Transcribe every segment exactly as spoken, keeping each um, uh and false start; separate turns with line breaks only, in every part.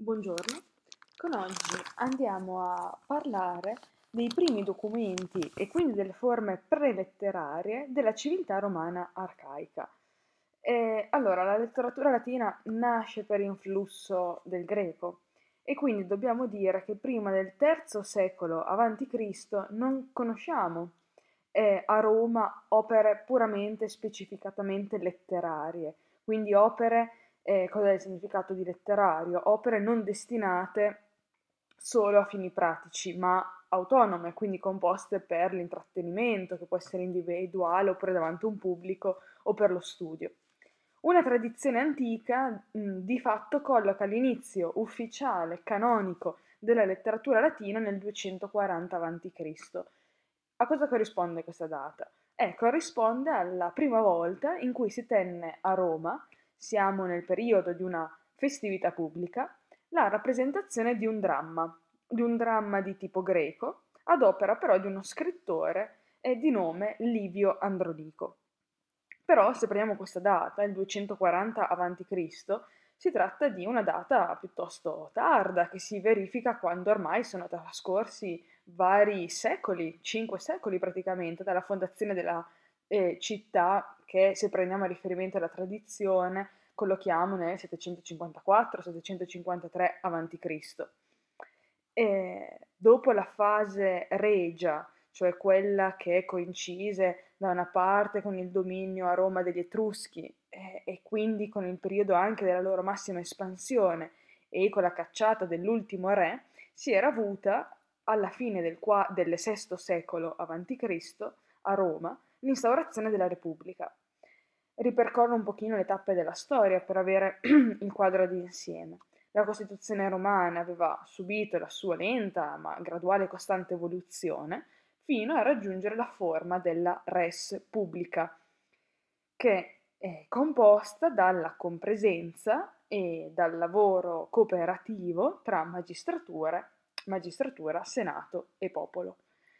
Buongiorno, con oggi andiamo a parlare dei primi documenti e quindi delle forme preletterarie della civiltà romana arcaica. E, allora, la letteratura latina nasce per influsso del greco e quindi dobbiamo dire che prima del terzo secolo avanti Cristo non conosciamo eh, a Roma opere puramente specificatamente letterarie, quindi opere eh, cosa è il significato di letterario? Opere non destinate solo a fini pratici, ma autonome, quindi composte per l'intrattenimento, che può essere individuale oppure davanti a un pubblico o per lo studio. Una tradizione antica mh, di fatto colloca l'inizio ufficiale, canonico della letteratura latina nel duecentoquaranta avanti Cristo. A cosa corrisponde questa data? Eh, corrisponde alla prima volta in cui si tenne a Roma, siamo nel periodo di una festività pubblica, la rappresentazione di un dramma, di un dramma di tipo greco, ad opera però di uno scrittore eh, di nome Livio Andronico. Però se prendiamo questa data, il duecentoquaranta avanti Cristo, si tratta di una data piuttosto tarda che si verifica quando ormai sono trascorsi vari secoli, cinque secoli praticamente, dalla fondazione della eh, città che, se prendiamo a riferimento alla tradizione, collochiamo nel settecentocinquantaquattro settecentocinquantatré avanti Cristo. E dopo la fase regia, cioè quella che coincise da una parte con il dominio a Roma degli Etruschi eh, e quindi con il periodo anche della loro massima espansione e con la cacciata dell'ultimo re, si era avuta alla fine del, qua- del sesto secolo avanti Cristo a Roma l'instaurazione della Repubblica. Ripercorro un pochino le tappe della storia per avere il quadro di insieme. La Costituzione romana aveva subito la sua lenta ma graduale e costante evoluzione fino a raggiungere la forma della res publica, che è composta dalla compresenza e dal lavoro cooperativo tra magistratura, magistratura, senato e popolo.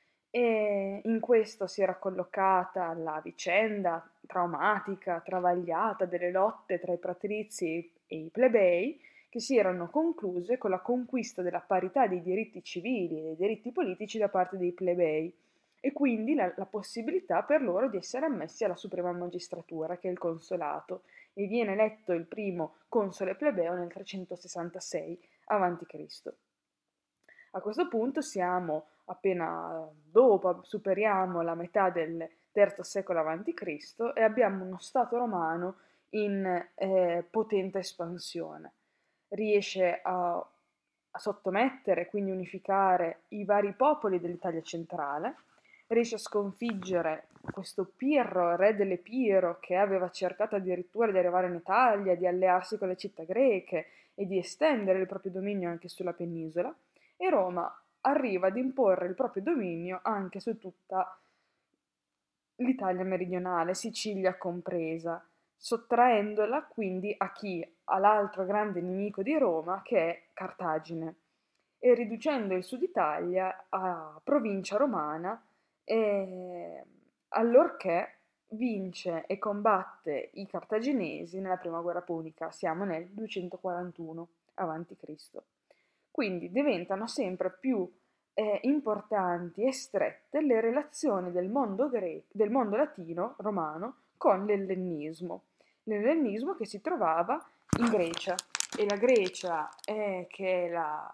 E in questo si era collocata la vicenda traumatica, travagliata delle lotte tra i patrizi e i plebei, che si erano concluse con la conquista della parità dei diritti civili e dei diritti politici da parte dei plebei e quindi la, la possibilità per loro di essere ammessi alla suprema magistratura, che è il consolato, e viene eletto il primo console plebeo nel trecentosessantasei avanti Cristo. A questo punto siamo appena dopo, superiamo la metà del terzo secolo avanti Cristo e abbiamo uno Stato romano in eh, potente espansione. Riesce a, a sottomettere, quindi unificare i vari popoli dell'Italia centrale, riesce a sconfiggere questo Pirro, re delle Piro, che aveva cercato addirittura di arrivare in Italia, di allearsi con le città greche e di estendere il proprio dominio anche sulla penisola, e Roma arriva ad imporre il proprio dominio anche su tutta l'Italia meridionale, Sicilia compresa, sottraendola quindi a chi? All'altro grande nemico di Roma che è Cartagine e riducendo il Sud Italia a provincia romana e allorché vince e combatte i cartaginesi nella prima guerra punica, siamo nel duecentoquarantuno avanti Cristo. Quindi diventano sempre più eh, importanti e strette le relazioni del mondo, gre- del mondo latino romano con l'ellenismo. L'ellenismo che si trovava in Grecia e la Grecia è che la,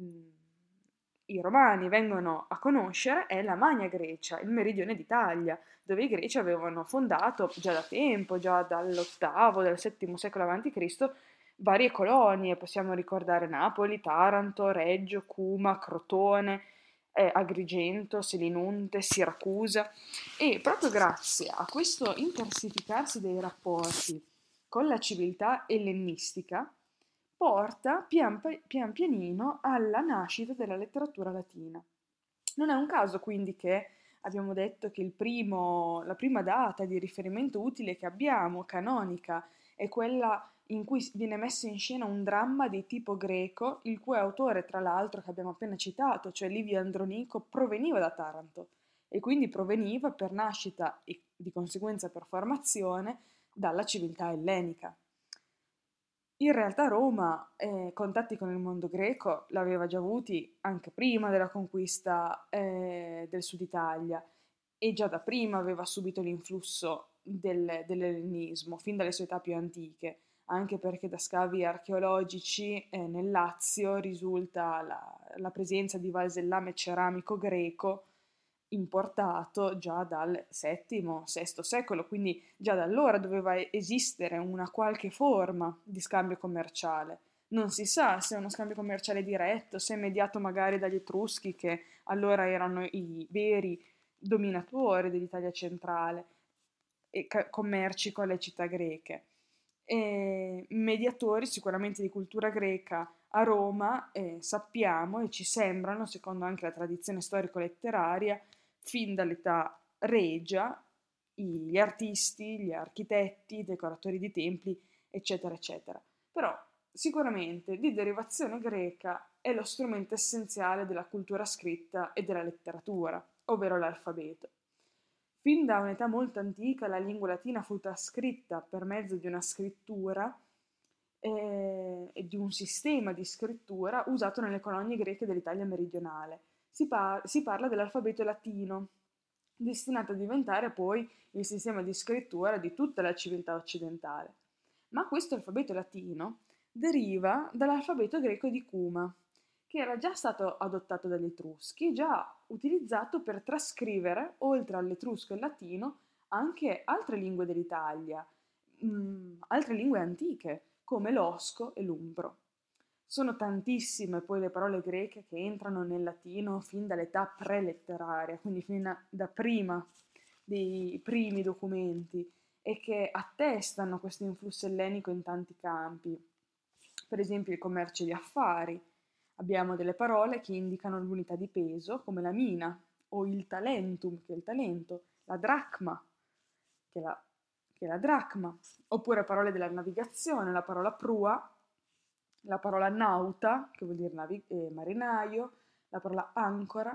i romani vengono a conoscere è la Magna Grecia, il meridione d'Italia, dove i greci avevano fondato già da tempo, già dall'ottavo, dal settimo secolo avanti Cristo, varie colonie, possiamo ricordare Napoli, Taranto, Reggio, Cuma, Crotone, eh, Agrigento, Selinunte, Siracusa e proprio grazie a questo intersificarsi dei rapporti con la civiltà ellenistica porta pian, pian pianino alla nascita della letteratura latina. Non è un caso quindi che abbiamo detto che il primo, la prima data di riferimento utile che abbiamo, canonica, è quella in cui viene messo in scena un dramma di tipo greco, il cui autore, tra l'altro, che abbiamo appena citato, cioè Livio Andronico, proveniva da Taranto e quindi proveniva per nascita e di conseguenza per formazione dalla civiltà ellenica. In realtà Roma eh, contatti con il mondo greco l'aveva già avuti anche prima della conquista eh, del Sud Italia e già da prima aveva subito l'influsso del- dell'ellenismo, fin dalle sue età più antiche, anche perché da scavi archeologici eh, nel Lazio risulta la, la presenza di vasellame ceramico greco importato già dal settimo sesto secolo, quindi già da allora doveva esistere una qualche forma di scambio commerciale. Non si sa se è uno scambio commerciale diretto, se è mediato magari dagli Etruschi, che allora erano i veri dominatori dell'Italia centrale, e ca- commerci con le città greche. E mediatori sicuramente di cultura greca a Roma, eh, sappiamo e ci sembrano, secondo anche la tradizione storico-letteraria, fin dall'età regia, i- gli artisti, gli architetti, i decoratori di templi, eccetera, eccetera. Però sicuramente di derivazione greca è lo strumento essenziale della cultura scritta e della letteratura, ovvero l'alfabeto. Fin da un'età molto antica la lingua latina fu trascritta per mezzo di una scrittura eh, e di un sistema di scrittura usato nelle colonie greche dell'Italia meridionale. Si, pa- si parla dell'alfabeto latino, destinato a diventare poi il sistema di scrittura di tutta la civiltà occidentale. Ma questo alfabeto latino deriva dall'alfabeto greco di Cuma, che era già stato adottato dagli Etruschi, già utilizzato per trascrivere, oltre all'etrusco e al latino, anche altre lingue dell'Italia, mh, altre lingue antiche, come l'osco e l'umbro. Sono tantissime poi le parole greche che entrano nel latino fin dall'età preletteraria, quindi fin da da prima dei primi documenti, e che attestano questo influsso ellenico in tanti campi. Per esempio il commercio di affari. Abbiamo delle parole che indicano l'unità di peso, come la mina, o il talentum, che è il talento, la dracma, che è la, che è la dracma, oppure parole della navigazione, la parola prua, la parola nauta, che vuol dire navi- eh, marinaio, la parola ancora,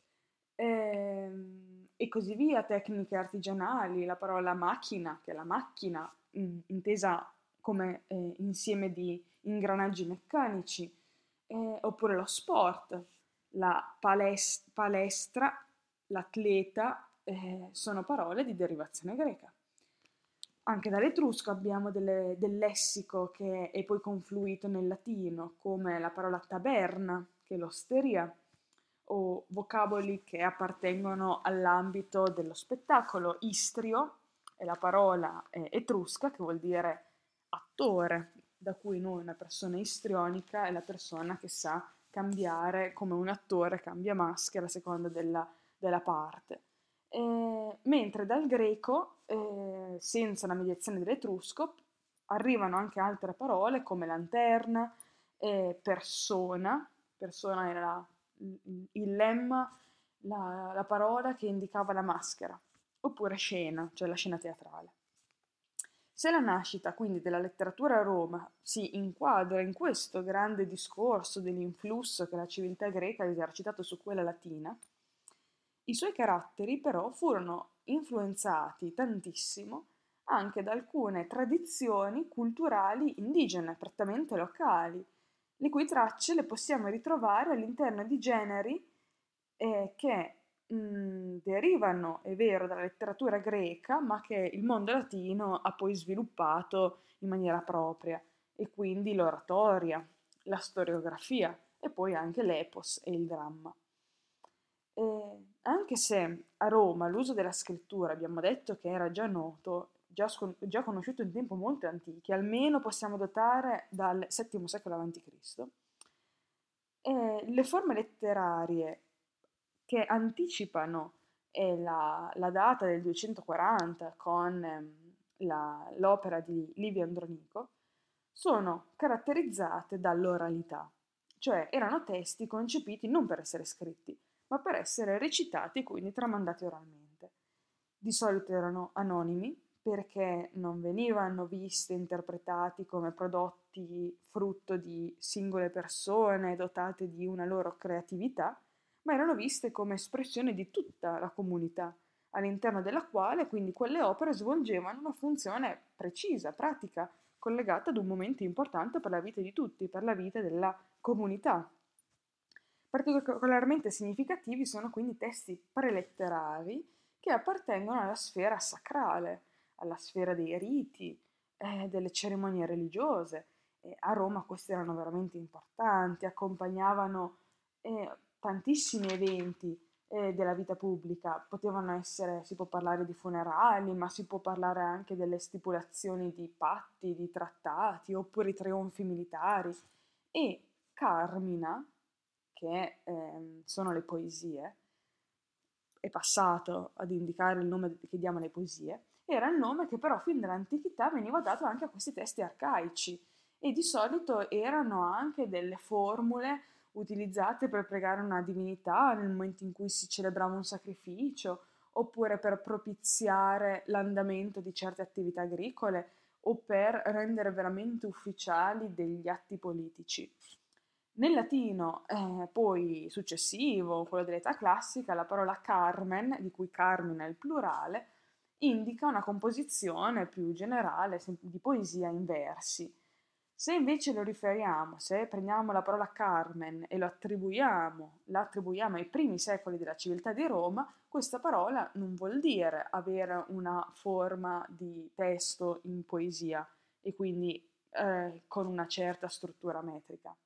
ehm, e così via, tecniche artigianali, la parola macchina, che è la macchina, mm, intesa come eh, insieme di ingranaggi meccanici, eh, oppure lo sport, la pales- palestra, l'atleta, eh, sono parole di derivazione greca. Anche dall'etrusco abbiamo delle- del lessico che è poi confluito nel latino, come la parola taberna, che è l'osteria, o vocaboli che appartengono all'ambito dello spettacolo. Istrio è la parola eh, etrusca che vuol dire attore, da cui noi una persona istrionica è la persona che sa cambiare come un attore cambia maschera a seconda della, della parte. Eh, mentre dal greco, eh, senza la mediazione dell'etrusco, arrivano anche altre parole come lanterna, eh, persona, persona era la- il il lemma, la, la parola che indicava la maschera, oppure scena, cioè la scena teatrale. Se la nascita quindi della letteratura a Roma si inquadra in questo grande discorso dell'influsso che la civiltà greca ha esercitato su quella latina, i suoi caratteri però furono influenzati tantissimo anche da alcune tradizioni culturali indigene, prettamente locali, le cui tracce le possiamo ritrovare all'interno di generi eh, che mh, derivano, è vero, dalla letteratura greca, ma che il mondo latino ha poi sviluppato in maniera propria, e quindi l'oratoria, la storiografia e poi anche l'epos e il dramma. E anche se a Roma l'uso della scrittura abbiamo detto che era già noto, già, scon- già conosciuto in tempo molto antichi, almeno possiamo datare dal settimo secolo avanti Cristo, e le forme letterarie che anticipano eh, la, la data del duecentoquaranta con ehm, la- l'opera di Livio Andronico sono caratterizzate dall'oralità, cioè erano testi concepiti non per essere scritti, ma per essere recitati e quindi tramandati oralmente. Di solito erano anonimi perché non venivano visti e interpretati come prodotti frutto di singole persone dotate di una loro creatività, ma erano viste come espressione di tutta la comunità, all'interno della quale quindi quelle opere svolgevano una funzione precisa, pratica, collegata ad un momento importante per la vita di tutti, per la vita della comunità. Particolarmente significativi sono quindi testi preletterari che appartengono alla sfera sacrale, alla sfera dei riti, eh, delle cerimonie religiose. E a Roma questi erano veramente importanti, accompagnavano eh, tantissimi eventi eh, della vita pubblica. Potevano essere, si può parlare di funerali, ma si può parlare anche delle stipulazioni di patti, di trattati, oppure i trionfi militari. E Carmina, che ehm, sono le poesie, è passato ad indicare il nome che diamo alle poesie, era il nome che però fin dall'antichità veniva dato anche a questi testi arcaici e di solito erano anche delle formule utilizzate per pregare una divinità nel momento in cui si celebrava un sacrificio, oppure per propiziare l'andamento di certe attività agricole o per rendere veramente ufficiali degli atti politici. Nel latino, eh, poi successivo, quello dell'età classica, la parola Carmen, di cui Carmine è il plurale, indica una composizione più generale sem- di poesia in versi. Se invece lo riferiamo, se prendiamo la parola Carmen e lo attribuiamo, la attribuiamo ai primi secoli della civiltà di Roma, questa parola non vuol dire avere una forma di testo in poesia e quindi eh, con una certa struttura metrica.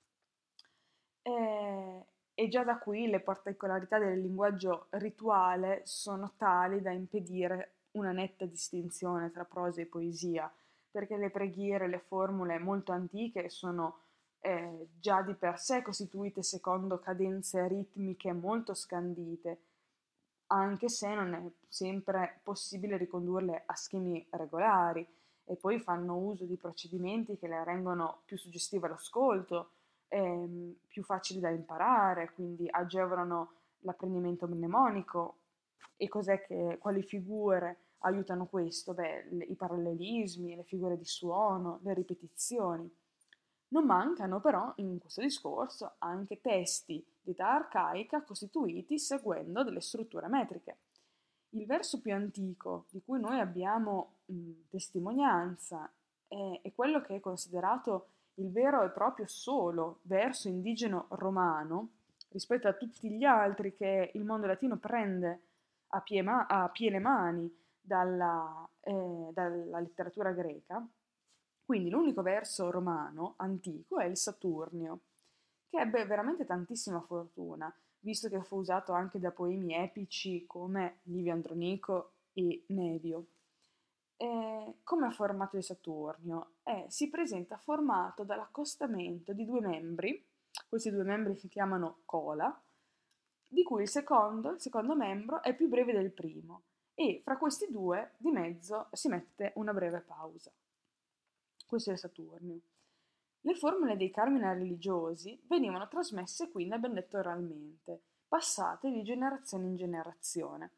E, e già da qui le particolarità del linguaggio rituale sono tali da impedire una netta distinzione tra prosa e poesia, perché le preghiere, le formule molto antiche sono eh, già di per sé costituite secondo cadenze ritmiche molto scandite, anche se non è sempre possibile ricondurle a schemi regolari e poi fanno uso di procedimenti che le rendono più suggestive all'ascolto, ehm, più facili da imparare, quindi agevolano l'apprendimento mnemonico. E cos'è che, quali figure aiutano questo? Beh, le- i parallelismi, le figure di suono, le ripetizioni. Non mancano però in questo discorso anche testi di età arcaica costituiti seguendo delle strutture metriche. Il verso più antico di cui noi abbiamo mh, testimonianza è, è quello che è considerato il vero e proprio solo verso indigeno romano rispetto a tutti gli altri che il mondo latino prende a, pie ma- a piene mani dalla, eh, dalla letteratura greca. Quindi l'unico verso romano antico è il Saturnio, che ebbe veramente tantissima fortuna, visto che fu usato anche da poemi epici come Livio Andronico e Nevio. E come è formato il Saturnio? Eh, si presenta formato dall'accostamento di due membri, questi due membri si chiamano cola, di cui il secondo, il secondo membro è più breve del primo e fra questi due di mezzo si mette una breve pausa. Questo è il Saturnio. Le formule dei carmina religiosi venivano trasmesse quindi, abbiamo detto, oralmente, passate di generazione in generazione.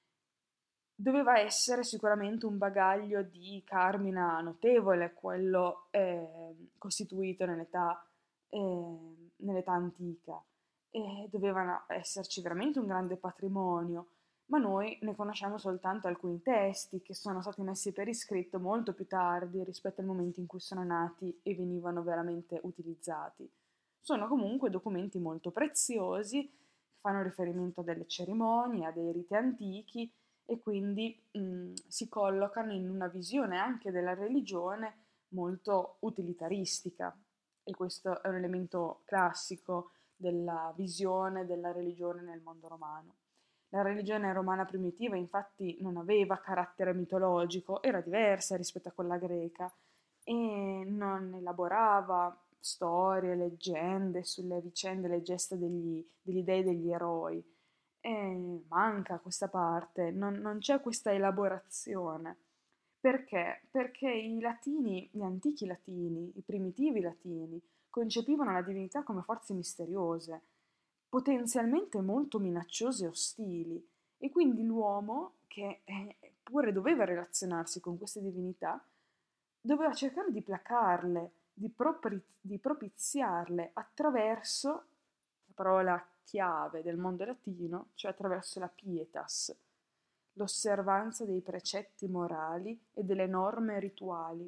Doveva essere sicuramente un bagaglio di carmina notevole, quello eh, costituito nell'età, eh, nell'età antica. E doveva esserci veramente un grande patrimonio, ma noi ne conosciamo soltanto alcuni testi che sono stati messi per iscritto molto più tardi rispetto al momento in cui sono nati e venivano veramente utilizzati. Sono comunque documenti molto preziosi, che fanno riferimento a delle cerimonie, a dei riti antichi e quindi mh, si collocano in una visione anche della religione molto utilitaristica. E questo è un elemento classico della visione della religione nel mondo romano. La religione romana primitiva infatti non aveva carattere mitologico, era diversa rispetto a quella greca e non elaborava storie, leggende sulle vicende, le gesta degli, degli dei e degli eroi. E manca questa parte, non, non c'è questa elaborazione. Perché? Perché i latini, gli antichi latini, i primitivi latini, concepivano la divinità come forze misteriose, potenzialmente molto minacciose e ostili, e quindi l'uomo, che eh, pure doveva relazionarsi con queste divinità, doveva cercare di placarle, di, propri- di propiziarle attraverso la parola chiave del mondo latino, cioè attraverso la pietas, l'osservanza dei precetti morali e delle norme rituali,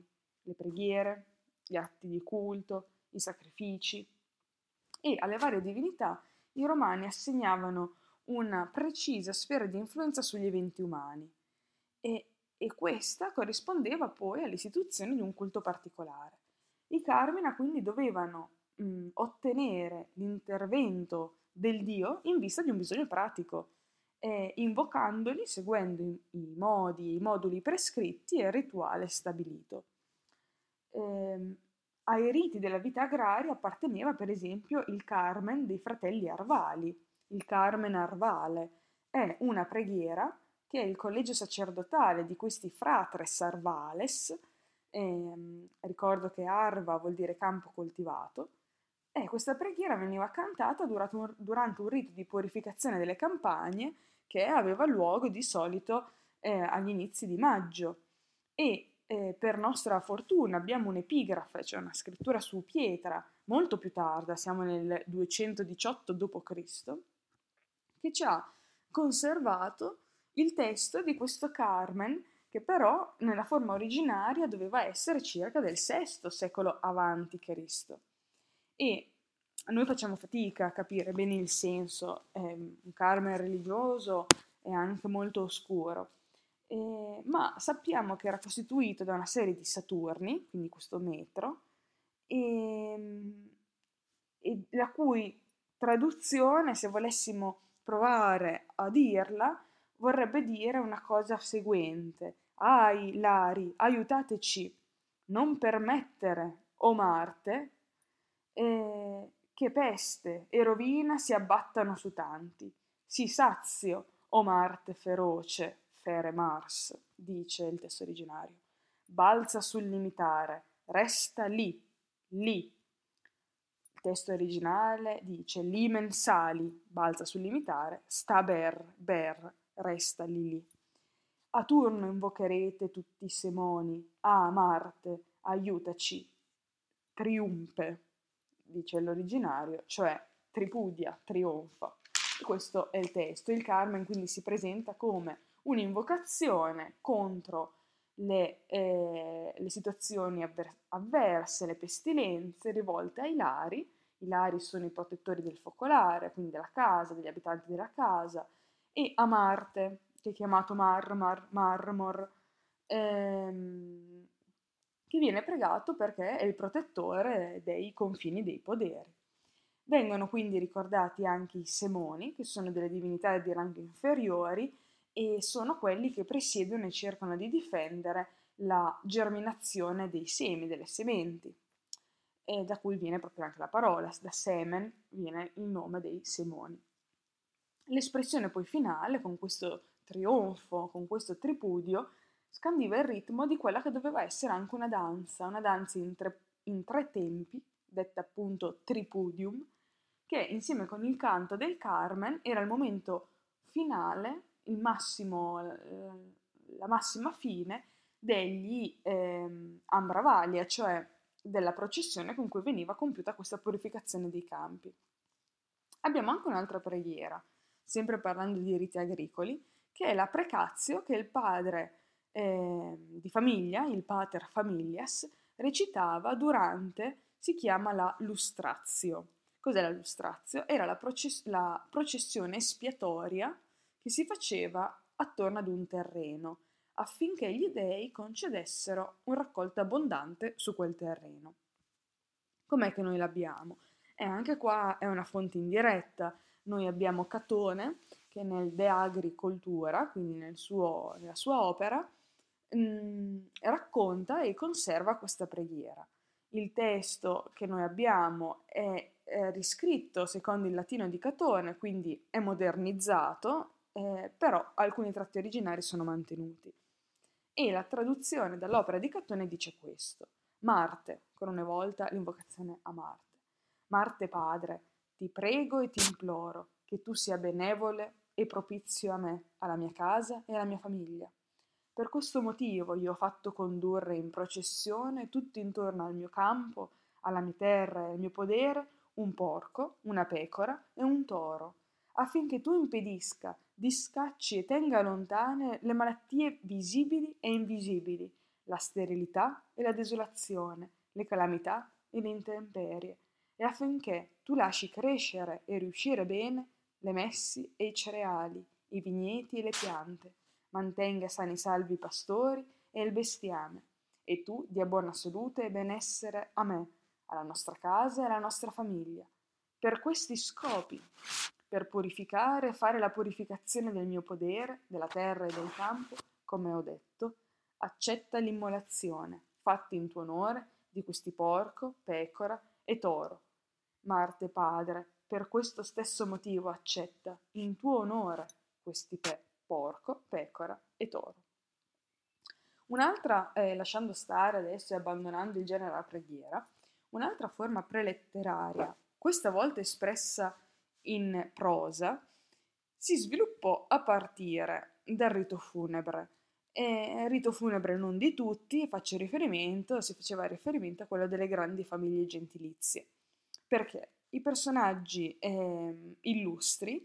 le preghiere, gli atti di culto, i sacrifici, e alle varie divinità i romani assegnavano una precisa sfera di influenza sugli eventi umani e, e questa corrispondeva poi all'istituzione di un culto particolare. I Carmina quindi dovevano mh, ottenere l'intervento del dio in vista di un bisogno pratico, eh, invocandoli seguendo i, i modi e i moduli prescritti e il rituale stabilito. Ehm, ai riti della vita agraria apparteneva per esempio il Carmen dei fratelli Arvali. Il Carmen Arvale è una preghiera che è il collegio sacerdotale di questi fratres Arvales. Ehm, ricordo che Arva vuol dire campo coltivato, e questa preghiera veniva cantata durante un, durante un rito di purificazione delle campagne che aveva luogo di solito eh, agli inizi di maggio. E eh, per nostra fortuna abbiamo un'epigrafe, cioè una scrittura su pietra molto più tarda, siamo nel duecentodiciotto dopo Cristo, che ci ha conservato il testo di questo Carmen, che però nella forma originaria doveva essere circa del sesto secolo avanti Cristo. E noi facciamo fatica a capire bene il senso, è un Carmen religioso è anche molto oscuro, eh, ma sappiamo che era costituito da una serie di Saturni, quindi questo metro, e, e la cui traduzione, se volessimo provare a dirla, vorrebbe dire una cosa seguente: Ai, Lari, aiutateci, non permettere, o Marte, eh, che peste e rovina si abbattano su tanti. Si sazio, o Marte feroce, fere Mars, dice il testo originario. Balza sul limitare, resta lì, lì. Il testo originale dice limen sali, balza sul limitare, sta ber, ber, resta lì lì. A turno invocherete tutti i semoni, ah Marte, aiutaci, triumpe, dice l'originario, cioè tripudia, trionfa. E questo è il testo. Il Carmen quindi si presenta come un'invocazione contro le, eh, le situazioni avver- avverse, le pestilenze rivolte ai lari. I lari sono i protettori del focolare, quindi della casa, degli abitanti della casa, e a Marte, che è chiamato Marmar, Marmor, ehm, che viene pregato perché è il protettore dei confini dei poderi. Vengono quindi ricordati anche i Semoni, che sono delle divinità di rango inferiori e sono quelli che presiedono e cercano di difendere la germinazione dei semi, delle sementi, e da cui viene proprio anche la parola, da semen viene il nome dei Semoni. L'espressione poi finale, con questo trionfo, con questo tripudio, scandiva il ritmo di quella che doveva essere anche una danza, una danza in tre, in tre tempi, detta appunto tripudium, che insieme con il canto del Carmen era il momento finale, il massimo, eh, la massima fine degli eh, Ambravalia, cioè della processione con cui veniva compiuta questa purificazione dei campi. Abbiamo anche un'altra preghiera, sempre parlando di riti agricoli, che è la precazio che il padre eh, di famiglia, il pater familias, recitava durante, si chiama la lustrazio. Cos'è la lustrazio? Era la, process- la processione espiatoria che si faceva attorno ad un terreno, affinché gli dei concedessero un raccolto abbondante su quel terreno. Com'è che noi l'abbiamo? E anche qua è una fonte indiretta. Noi abbiamo Catone che nel De Agricoltura, quindi nel suo, nella sua opera, mh, racconta e conserva questa preghiera. Il testo che noi abbiamo è, è riscritto secondo il latino di Catone, quindi è modernizzato, eh, però alcuni tratti originari sono mantenuti. E la traduzione dall'opera di Catone dice questo: Marte, ancora una volta l'invocazione a Marte. Marte Padre, ti prego e ti imploro che tu sia benevole e propizio a me, alla mia casa e alla mia famiglia. Per questo motivo io ho fatto condurre in processione tutto intorno al mio campo, alla mia terra e al mio podere un porco, una pecora e un toro, affinché tu impedisca, discacci e tenga lontane le malattie visibili e invisibili, la sterilità e la desolazione, le calamità e le intemperie, e affinché tu lasci crescere e riuscire bene le messi e i cereali, i vigneti e le piante, mantenga sani e salvi i pastori e il bestiame, e tu dia buona salute e benessere a me, alla nostra casa e alla nostra famiglia. Per questi scopi, per purificare e fare la purificazione del mio podere, della terra e del campo, come ho detto, accetta l'immolazione, fatta in tuo onore, di questi porco, pecora e toro. Marte Padre, per questo stesso motivo accetta, in tuo onore, questi pe- porco, pecora e toro. Un'altra, eh, lasciando stare adesso e abbandonando il genere della preghiera, un'altra forma preletteraria, questa volta espressa in prosa, si sviluppò a partire dal rito funebre. E rito funebre non di tutti, faccio riferimento, si faceva riferimento a quello delle grandi famiglie gentilizie, perché i personaggi ehm, illustri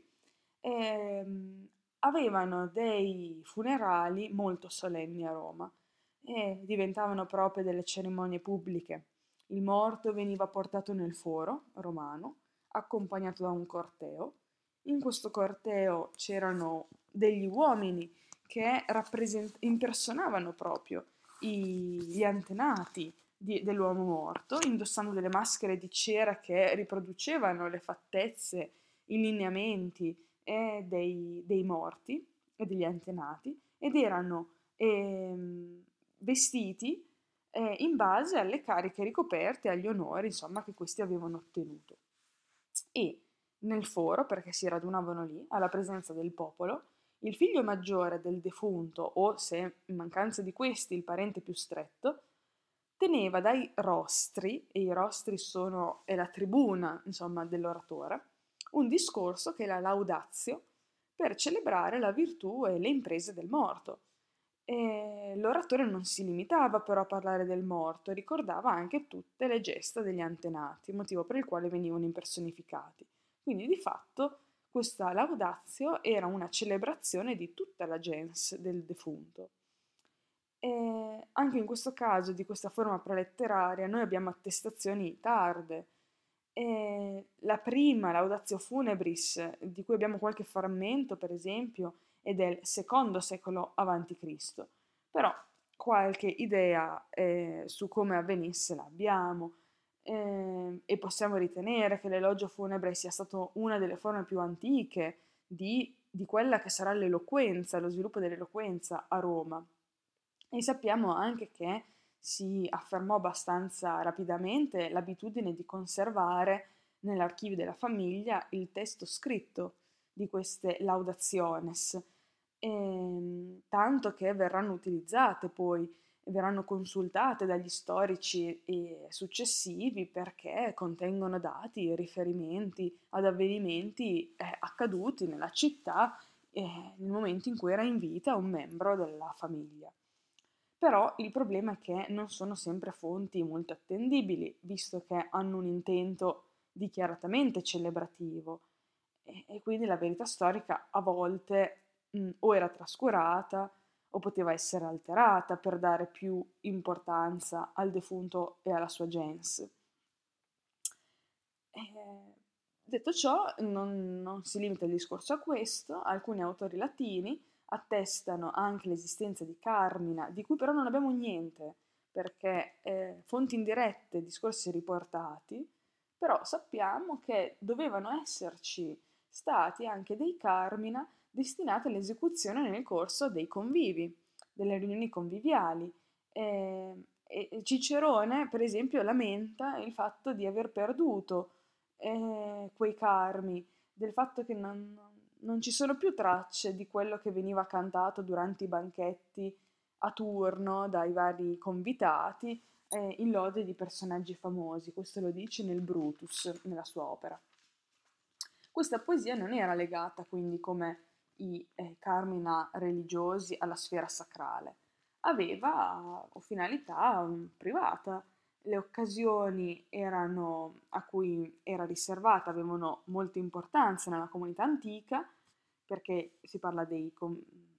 ehm, avevano dei funerali molto solenni a Roma e diventavano proprio delle cerimonie pubbliche. Il morto veniva portato nel foro romano, accompagnato da un corteo. In questo corteo c'erano degli uomini che rappresent- impersonavano proprio i- gli antenati di- dell'uomo morto, indossando delle maschere di cera che riproducevano le fattezze, i lineamenti eh, dei, dei morti e degli antenati, ed erano ehm, vestiti eh, in base alle cariche ricoperte, agli onori, insomma, che questi avevano ottenuto. E nel foro, perché si radunavano lì, alla presenza del popolo, il figlio maggiore del defunto, o se in mancanza di questi il parente più stretto, teneva dai rostri, e i rostri sono, è la tribuna, insomma, dell'oratore, un discorso che è la laudatio per celebrare la virtù e le imprese del morto. E l'oratore non si limitava però a parlare del morto, ricordava anche tutte le gesta degli antenati, motivo per il quale venivano impersonificati. Quindi di fatto questa laudatio era una celebrazione di tutta la gens del defunto. E anche in questo caso di questa forma preletteraria noi abbiamo attestazioni tarde. E la prima, Laudatio Funebris, di cui abbiamo qualche frammento, per esempio, è del secondo secolo avanti Cristo. Però qualche idea eh, su come avvenisse l'abbiamo eh, e possiamo ritenere che l'elogio funebre sia stato una delle forme più antiche di, di quella che sarà l'eloquenza, lo sviluppo dell'eloquenza a Roma. E sappiamo anche che si affermò abbastanza rapidamente l'abitudine di conservare nell'archivio della famiglia il testo scritto di queste laudationes, ehm, tanto che verranno utilizzate poi, verranno consultate dagli storici eh, successivi perché contengono dati, riferimenti ad avvenimenti eh, accaduti nella città eh, nel momento in cui era in vita un membro della famiglia. Però il problema è che non sono sempre fonti molto attendibili, visto che hanno un intento dichiaratamente celebrativo e, e quindi la verità storica a volte mh, o era trascurata o poteva essere alterata per dare più importanza al defunto e alla sua gens. Eh, detto ciò, non, non si limita il discorso a questo, alcuni autori latini attestano anche l'esistenza di Carmina, di cui però non abbiamo niente, perché eh, fonti indirette, discorsi riportati, però sappiamo che dovevano esserci stati anche dei Carmina destinati all'esecuzione nel corso dei convivi, delle riunioni conviviali. Eh, e Cicerone, per esempio, lamenta il fatto di aver perduto eh, quei carmi, del fatto che non, non ci sono più tracce di quello che veniva cantato durante i banchetti a turno dai vari convitati eh, in lode di personaggi famosi. Questo lo dice nel Brutus, nella sua opera. Questa poesia non era legata quindi come i eh, carmina religiosi alla sfera sacrale, aveva uh, finalità um, privata. Le occasioni erano, a cui era riservata avevano molta importanza nella comunità antica, perché si parla dei,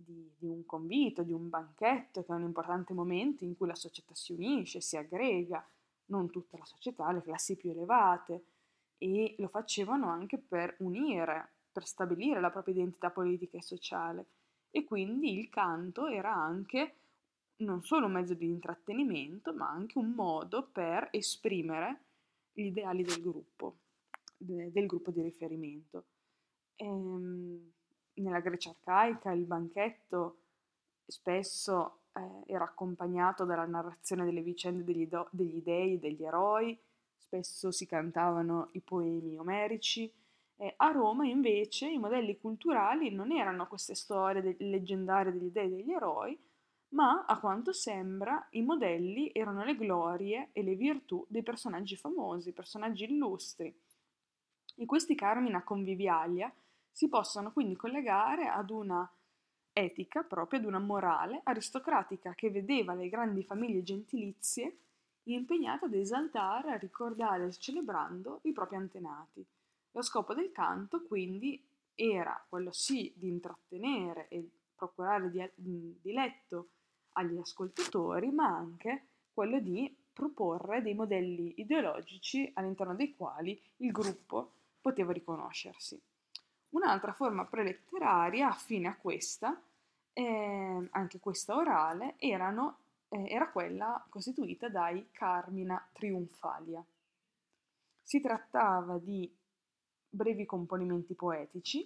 di, di un convito, di un banchetto, che è un importante momento in cui la società si unisce, si aggrega, non tutta la società, le classi più elevate, e lo facevano anche per unire, per stabilire la propria identità politica e sociale. E quindi il canto era anche non solo un mezzo di intrattenimento, ma anche un modo per esprimere gli ideali del gruppo, de- del gruppo di riferimento. Ehm, Nella Grecia arcaica il banchetto spesso eh, era accompagnato dalla narrazione delle vicende degli, do- degli dei, degli eroi, spesso si cantavano i poemi omerici. Eh, a Roma invece i modelli culturali non erano queste storie de- leggendarie degli dei e degli eroi, ma a quanto sembra i modelli erano le glorie e le virtù dei personaggi famosi, personaggi illustri. E questi carmina convivialia si possono quindi collegare ad una etica, proprio ad una morale aristocratica che vedeva le grandi famiglie gentilizie impegnate ad esaltare, a ricordare, celebrando i propri antenati. Lo scopo del canto quindi era quello sì di intrattenere e procurare di- diletto agli ascoltatori, ma anche quello di proporre dei modelli ideologici all'interno dei quali il gruppo poteva riconoscersi. Un'altra forma preletteraria affine a questa, eh, anche questa orale, erano, eh, era quella costituita dai Carmina Triumphalia. Si trattava di brevi componimenti poetici,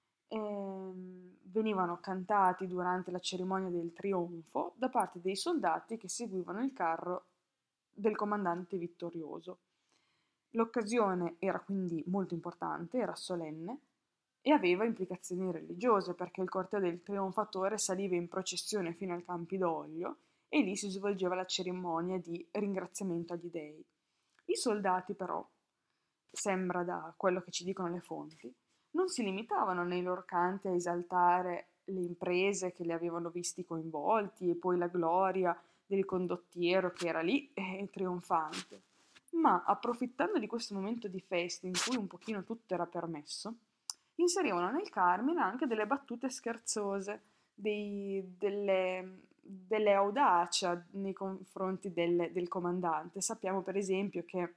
ehm, venivano cantati durante la cerimonia del trionfo da parte dei soldati che seguivano il carro del comandante vittorioso. L'occasione era quindi molto importante, era solenne e aveva implicazioni religiose perché il corteo del trionfatore saliva in processione fino al Campidoglio e lì si svolgeva la cerimonia di ringraziamento agli dei. I soldati però, sembra da quello che ci dicono le fonti, non si limitavano nei loro canti a esaltare le imprese che li avevano visti coinvolti e poi la gloria del condottiero che era lì eh, trionfante, ma approfittando di questo momento di festa in cui un pochino tutto era permesso, inserivano nel Carmine anche delle battute scherzose, dei- delle, delle audacia nei confronti del, del comandante. Sappiamo per esempio che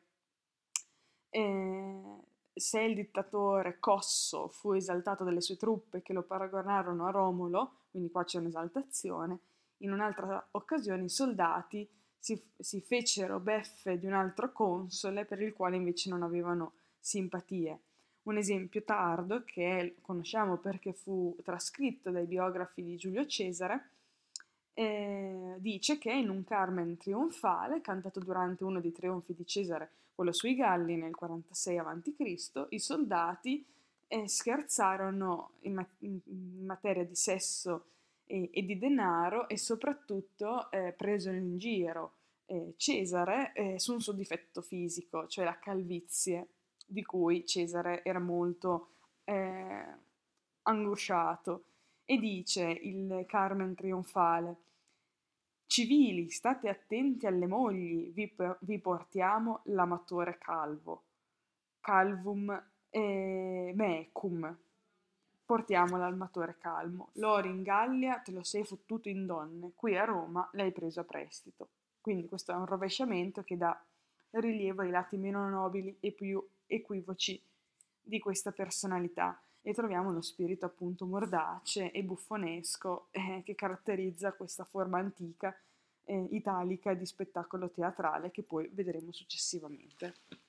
eh, se il dittatore Cosso fu esaltato dalle sue truppe che lo paragonarono a Romolo, quindi qua c'è un'esaltazione, in un'altra occasione i soldati si, si fecero beffe di un altro console per il quale invece non avevano simpatie. Un esempio tardo, che conosciamo perché fu trascritto dai biografi di Giulio Cesare, eh, dice che in un Carmen trionfale, cantato durante uno dei trionfi di Cesare, quello sui Galli nel quarantasei avanti Cristo, i soldati eh, scherzarono in, ma- in- in materia di sesso e, e di denaro e soprattutto eh, presero in giro eh, Cesare eh, su un suo difetto fisico, cioè la calvizie, di cui Cesare era molto eh, angosciato. E dice il Carmen trionfale: Civili, state attenti alle mogli, vi, po- vi portiamo l'amatore calvo. Calvum eh, mecum. Portiamo l'amatore calmo. L'oro in Gallia te lo sei fottuto in donne, qui a Roma l'hai preso a prestito. Quindi questo è un rovesciamento che dà rilievo ai lati meno nobili e più equivoci di questa personalità e troviamo lo spirito appunto mordace e buffonesco eh, che caratterizza questa forma antica eh, italica di spettacolo teatrale che poi vedremo successivamente.